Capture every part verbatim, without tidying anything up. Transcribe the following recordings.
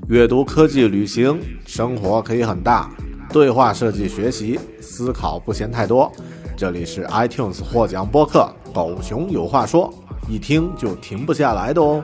阅读、科技、旅行，生活可以很大。对话设计学习，思考不嫌太多。这里是 iTunes 获奖播客《狗熊有话说》，一听就停不下来的哦。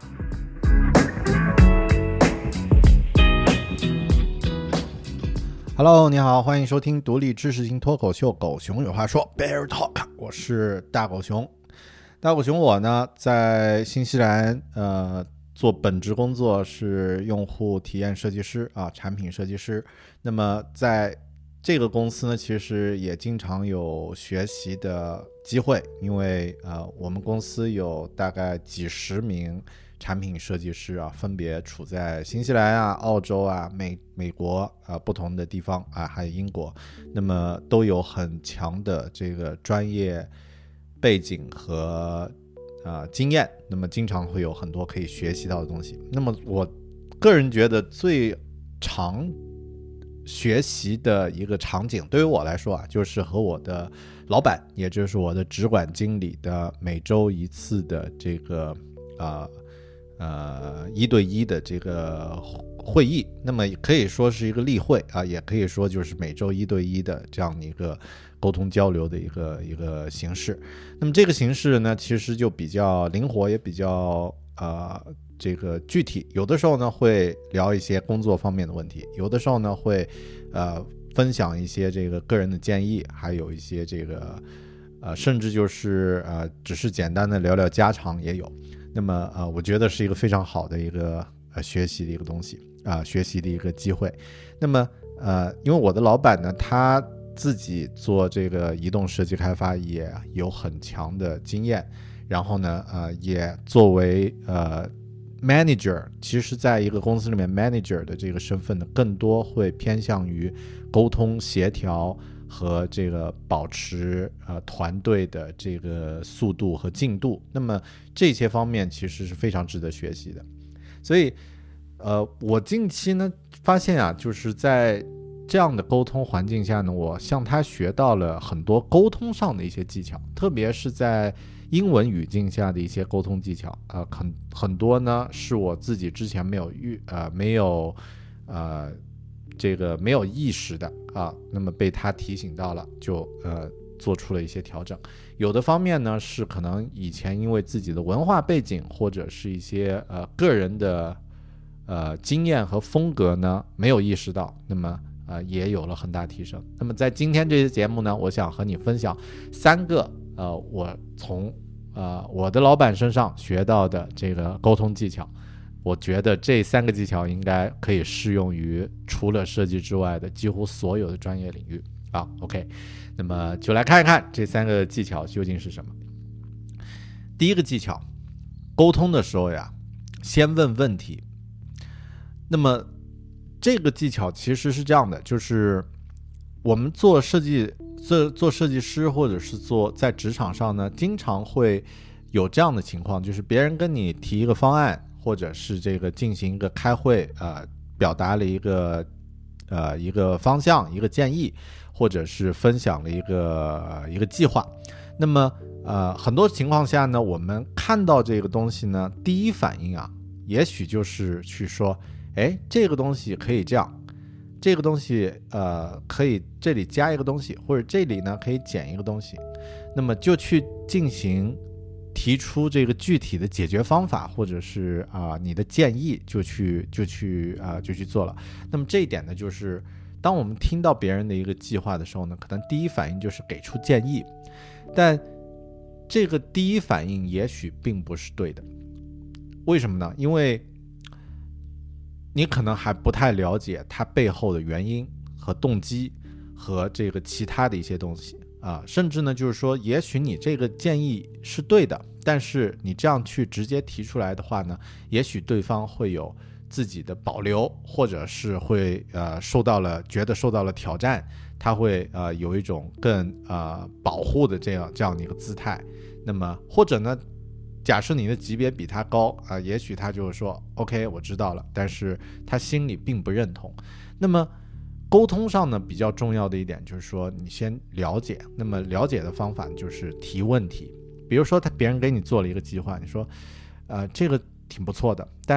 Hello， 你好，欢迎收听独立知识型脱口秀《狗熊有话说》Bear Talk， 我是大狗熊。大狗熊我呢，在新西兰呃做本职工作是用户体验设计师啊，产品设计师。那么在这个公司呢，其实也经常有学习的机会，因为呃我们公司有大概几十名产品设计师啊，分别处在新西兰啊、澳洲啊、美美国啊不同的地方啊，还有英国，那么都有很强的这个专业背景和啊经验，那么经常会有很多可以学习到的东西。那么我个人觉得最常学习的一个场景，对于我来说啊，就是和我的老板，也就是我的直管经理的每周一次的这个啊。呃，一对一的这个会议，那么可以说是一个例会啊，也可以说就是每周一对一的这样的一个沟通交流的一个一个形式。那么这个形式呢，其实就比较灵活，也比较呃这个具体。有的时候呢会聊一些工作方面的问题，有的时候呢会呃分享一些这个个人的建议，还有一些这个呃甚至就是呃只是简单的聊聊家常也有。那么呃，我觉得是一个非常好的一个呃学习的一个东西啊、呃，学习的一个机会。那么呃，因为我的老板呢，他自己做这个移动设计开发也有很强的经验，然后呢呃，也作为呃 manager， 其实在一个公司里面 manager 的这个身份呢，更多会偏向于沟通协调和这个保持呃团队的这个速度和进度，那么这些方面其实是非常值得学习的。所以呃我近期呢发现啊，就是在这样的沟通环境下呢，我向他学到了很多沟通上的一些技巧，特别是在英文语境下的一些沟通技巧，呃很很多呢是我自己之前没有遇呃没有呃这个没有意识的啊，那么被他提醒到了，就呃做出了一些调整。有的方面呢是可能以前因为自己的文化背景或者是一些呃个人的呃经验和风格呢没有意识到，那么呃也有了很大提升。那么在今天这期节目呢，我想和你分享三个呃我从呃我的老板身上学到的这个沟通技巧。我觉得这三个技巧应该可以适用于除了设计之外的几乎所有的专业领域啊。OK， 那么就来看一看这三个技巧究竟是什么。第一个技巧，沟通的时候呀，先问问题。那么这个技巧其实是这样的，就是我们做设计做做设计师或者是做在职场上呢，经常会有这样的情况，就是别人跟你提一个方案，或者是这个进行一个开会，呃，表达了一个呃一个方向、一个建议，或者是分享了一个、呃、一个计划。那么呃很多情况下呢，我们看到这个东西呢，第一反应啊，也许就是去说，哎，这个东西可以这样，这个东西呃可以这里加一个东西，或者这里呢可以减一个东西，那么就去进行。提出这个具体的解决方法，或者是啊、呃、你的建议，就去就去啊、呃、就去做了。那么这一点呢，就是当我们听到别人的一个计划的时候呢，可能第一反应就是给出建议，但这个第一反应也许并不是对的。为什么呢？因为你可能还不太了解它背后的原因和动机和这个其他的一些东西。啊，甚至呢，就是说，也许你这个建议是对的，但是你这样去直接提出来的话呢，也许对方会有自己的保留，或者是会呃受到了觉得受到了挑战，他会呃有一种更呃保护的这样这样的一个姿态。那么或者呢，假设你的级别比他高啊、呃，也许他就说 OK 我知道了，但是他心里并不认同。那么沟通上呢，比较重要的一点就是说，你先了解。那么了解的方法就是提问题。比如说，他别人给你做了一个计划，你说，呃，这个挺不错的，但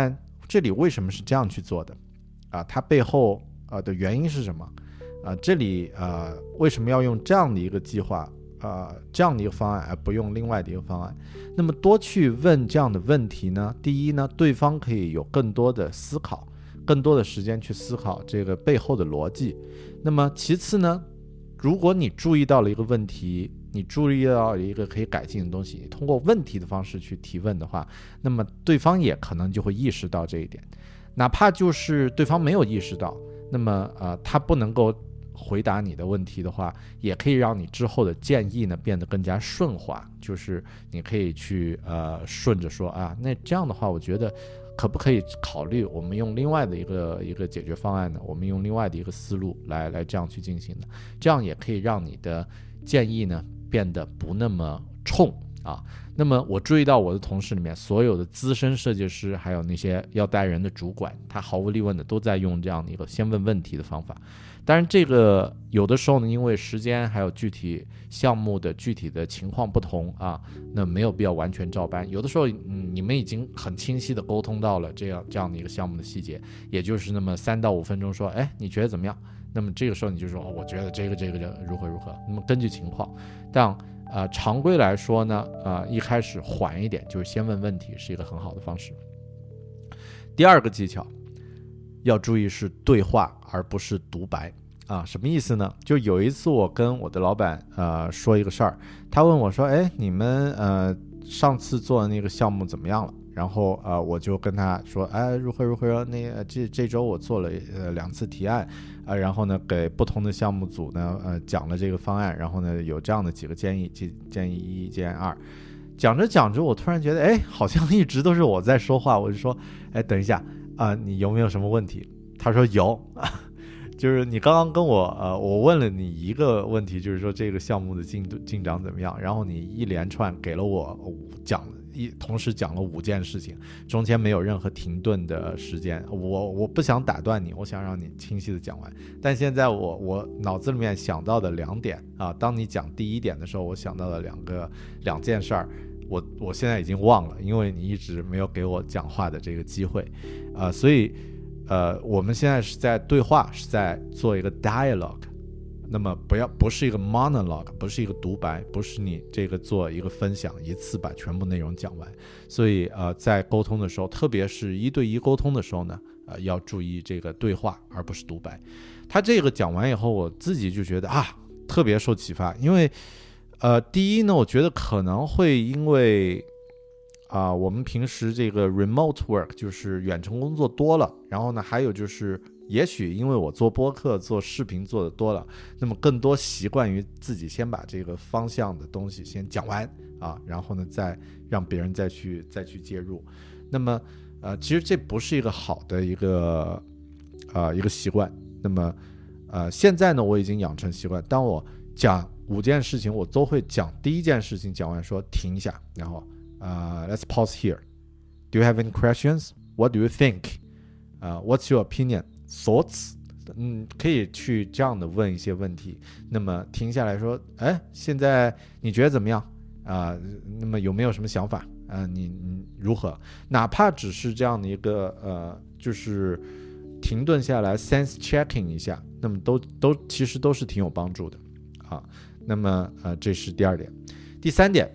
这里为什么是这样去做的啊？它背后呃的原因是什么啊？这里呃为什么要用这样的一个计划啊这样的一个方案，而不用另外的一个方案？那么多去问这样的问题呢，第一呢，对方可以有更多的思考，更多的时间去思考这个背后的逻辑。那么其次呢，如果你注意到了一个问题，你注意到一个可以改进的东西，你通过问题的方式去提问的话，那么对方也可能就会意识到这一点。哪怕就是对方没有意识到，那么呃他不能够回答你的问题的话，也可以让你之后的建议呢变得更加顺滑，就是你可以去呃顺着说啊，那这样的话我觉得可不可以考虑我们用另外的一个一个解决方案呢？我们用另外的一个思路来来这样去进行的，这样也可以让你的建议呢变得不那么冲啊。那么我注意到我的同事里面所有的资深设计师，还有那些要带人的主管，他毫无疑问的都在用这样的一个先问问题的方法。当然这个有的时候呢，因为时间还有具体项目的具体的情况不同啊，那没有必要完全照搬。有的时候、嗯、你们已经很清晰的沟通到了这样这样的一个项目的细节，也就是那么三到五分钟说，哎，你觉得怎么样？那么这个时候你就说、哦、我觉得这个这个这个如何如何。那么根据情况，但呃常规来说呢，呃一开始缓一点，就是先问问题，是一个很好的方式。第二个技巧要注意是对话而不是独白啊，什么意思呢？就有一次我跟我的老板呃说一个事儿，他问我说，哎，你们呃上次做的那个项目怎么样了？然后呃我就跟他说，哎，如何如何，那个这这周我做了呃两次提案，呃然后呢给不同的项目组呢呃讲了这个方案，然后呢有这样的几个建议，建议一建议二。讲着讲着我突然觉得，哎，好像一直都是我在说话，我就说，哎，等一下啊、呃，你有没有什么问题？他说有。就是你刚刚跟我呃，我问了你一个问题，就是说这个项目的进度进展怎么样，然后你一连串给了我讲一同时讲了五件事情，中间没有任何停顿的时间，我我不想打断你，我想让你清晰的讲完。但现在我我脑子里面想到的两点啊，当你讲第一点的时候，我想到了两个两件事儿，我我现在已经忘了，因为你一直没有给我讲话的这个机会啊、呃，所以呃，我们现在是在对话，是在做一个 dialogue， 那么不要不是一个 monologue， 不是一个独白，不是你这个做一个分享，一次把全部内容讲完。所以呃，在沟通的时候，特别是一对一沟通的时候呢，呃，要注意这个对话，而不是独白。他这个讲完以后，我自己就觉得啊，特别受启发，因为呃，第一呢，我觉得可能会因为啊、呃，我们平时这个 remote work 就是远程工作多了，然后呢，还有就是也许因为我做播客做视频做的多了，那么更多习惯于自己先把这个方向的东西先讲完啊，然后呢再让别人再去再去介入。那么呃，其实这不是一个好的一个呃一个习惯。那么呃，现在呢我已经养成习惯，当我讲五件事情，我都会讲第一件事情讲完说停一下，然后Uh, let's pause here. Do you have any questions? What do you think? Uh, what's your opinion? Thoughts? 嗯，可以去这样的问一些问题。那么停下来说，哎，现在你觉得怎么样？啊、呃，那么有没有什么想法？啊、呃，你你如何？哪怕只是这样的一个呃，就是停顿下来 sense checking 一下，那么都都其实都是挺有帮助的啊。那么呃，这是第二点。第三点。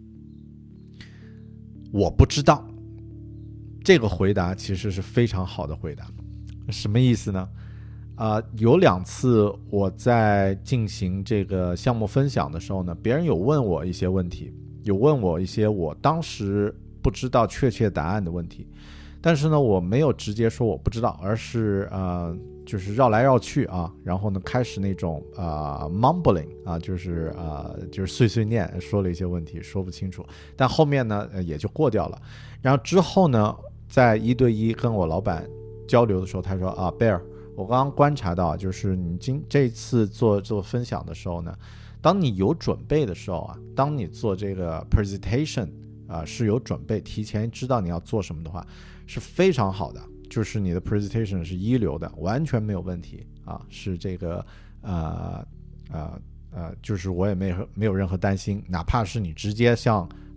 我不知道，这个回答其实是非常好的回答。什么意思呢？啊、呃，有两次我在进行这个项目分享的时候呢，别人有问我一些问题，有问我一些我当时不知道确切答案的问题，但是呢，我没有直接说我不知道，而是呃，就是绕来绕去啊，然后呢，开始那种啊、呃、mumbling 啊，就是啊、呃，就是碎碎念，说了一些问题，说不清楚，但后面呢、呃、也就过掉了。然后之后呢，在一对一跟我老板交流的时候，他说啊，贝尔，我刚刚观察到，就是你今这次做做分享的时候呢，当你有准备的时候啊，当你做这个 presentation 啊、呃、是有准备，提前知道你要做什么的话，是非常好的。就是你的 presentation 是一流的，完全没有问题啊，是这个呃呃呃，就是我也没有没有任何担心，哪怕是你直接向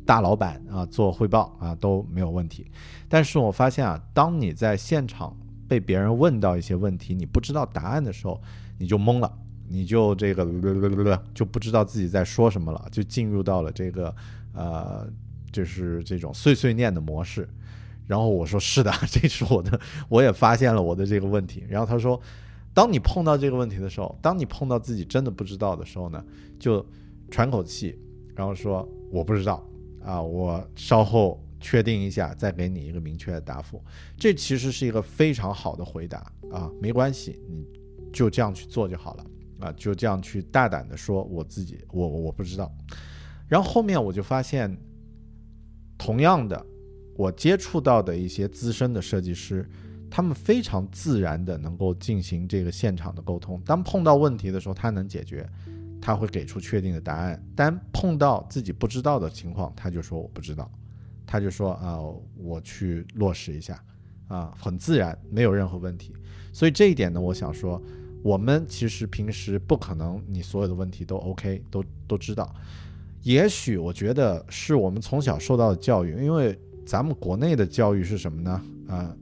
大老板啊做汇报啊都没有问题。但是我发现啊，当你在现场被别人问到一些问题，你不知道答案的时候，你就懵了，你就这个就不知道自己在说什么了，就进入到了这个呃，就是这种碎碎念的模式。然后我说是的，这是我的，我也发现了我的这个问题。然后他说，当你碰到这个问题的时候，当你碰到自己真的不知道的时候呢，就喘口气，然后说我不知道啊，我稍后确定一下再给你一个明确的答复。这其实是一个非常好的回答啊，没关系，你就这样去做就好了啊，就这样去大胆的说我自己我我不知道。然后后面我就发现，同样的我接触到的一些资深的设计师，他们非常自然的能够进行这个现场的沟通，当碰到问题的时候他能解决，他会给出确定的答案，但碰到自己不知道的情况，他就说我不知道，他就说啊，我去落实一下啊，很自然，没有任何问题。所以这一点呢，我想说我们其实平时不可能你所有的问题都 OK 都都知道，也许我觉得是我们从小受到的教育，因为咱们国内的教育是什么呢？啊，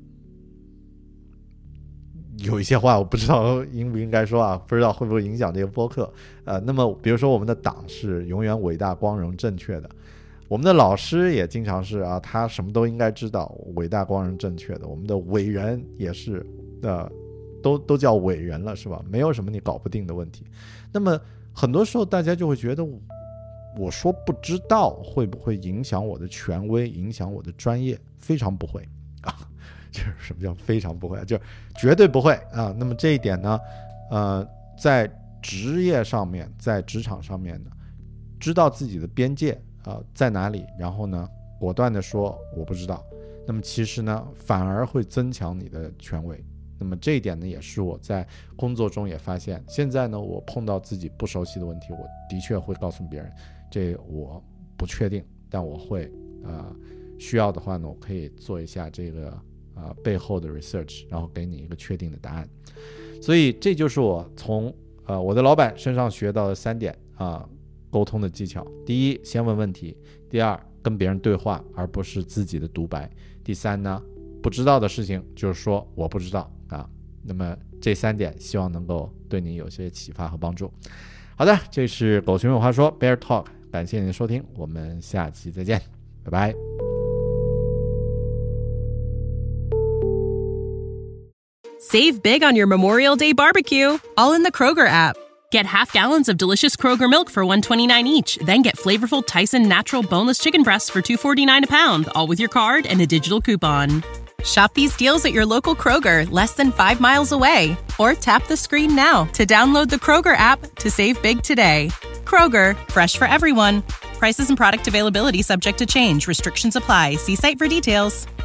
有一些话我不知道应不应该说啊，不知道会不会影响这个播客。呃，那么比如说我们的党是永远伟大、光荣、正确的，我们的老师也经常是啊，他什么都应该知道，伟大、光荣、正确的。我们的伟人也是，呃，都都叫伟人了，是吧？没有什么你搞不定的问题。那么很多时候大家就会觉得，我说不知道会不会影响我的权威，影响我的专业？非常不会啊！就是什么叫非常不会？就绝对不会啊！那么这一点呢，呃，在职业上面，在职场上面呢，知道自己的边界啊、呃、在哪里，然后呢，果断的说我不知道。那么其实呢，反而会增强你的权威。那么这一点呢，也是我在工作中也发现。现在呢，我碰到自己不熟悉的问题，我的确会告诉别人，这我不确定，但我会呃需要的话呢，我可以做一下这个呃背后的 research， 然后给你一个确定的答案。所以这就是我从呃我的老板身上学到的三点啊、呃、沟通的技巧。第一，先问问题；第二，跟别人对话，而不是自己的独白；第三呢，不知道的事情就是说我不知道啊。那么这三点希望能够对你有些启发和帮助。好的，这是狗熊有话说 Bear Talk， 感谢您的收听，我们下期再见，拜拜。 Save big on your Memorial Day barbecue, all in the Kroger app. Get half gallons of delicious Kroger milk for one dollar and twenty-nine cents each. Then get flavorful Tyson natural boneless chicken breasts for two dollars and forty-nine cents a pound, all with your card and a digital coupon. Shop these deals at your local Kroger, less than five miles away. Or tap the screen now to download the Kroger app to save big today. Kroger, fresh for everyone. Prices and product availability subject to change. Restrictions apply. See site for details.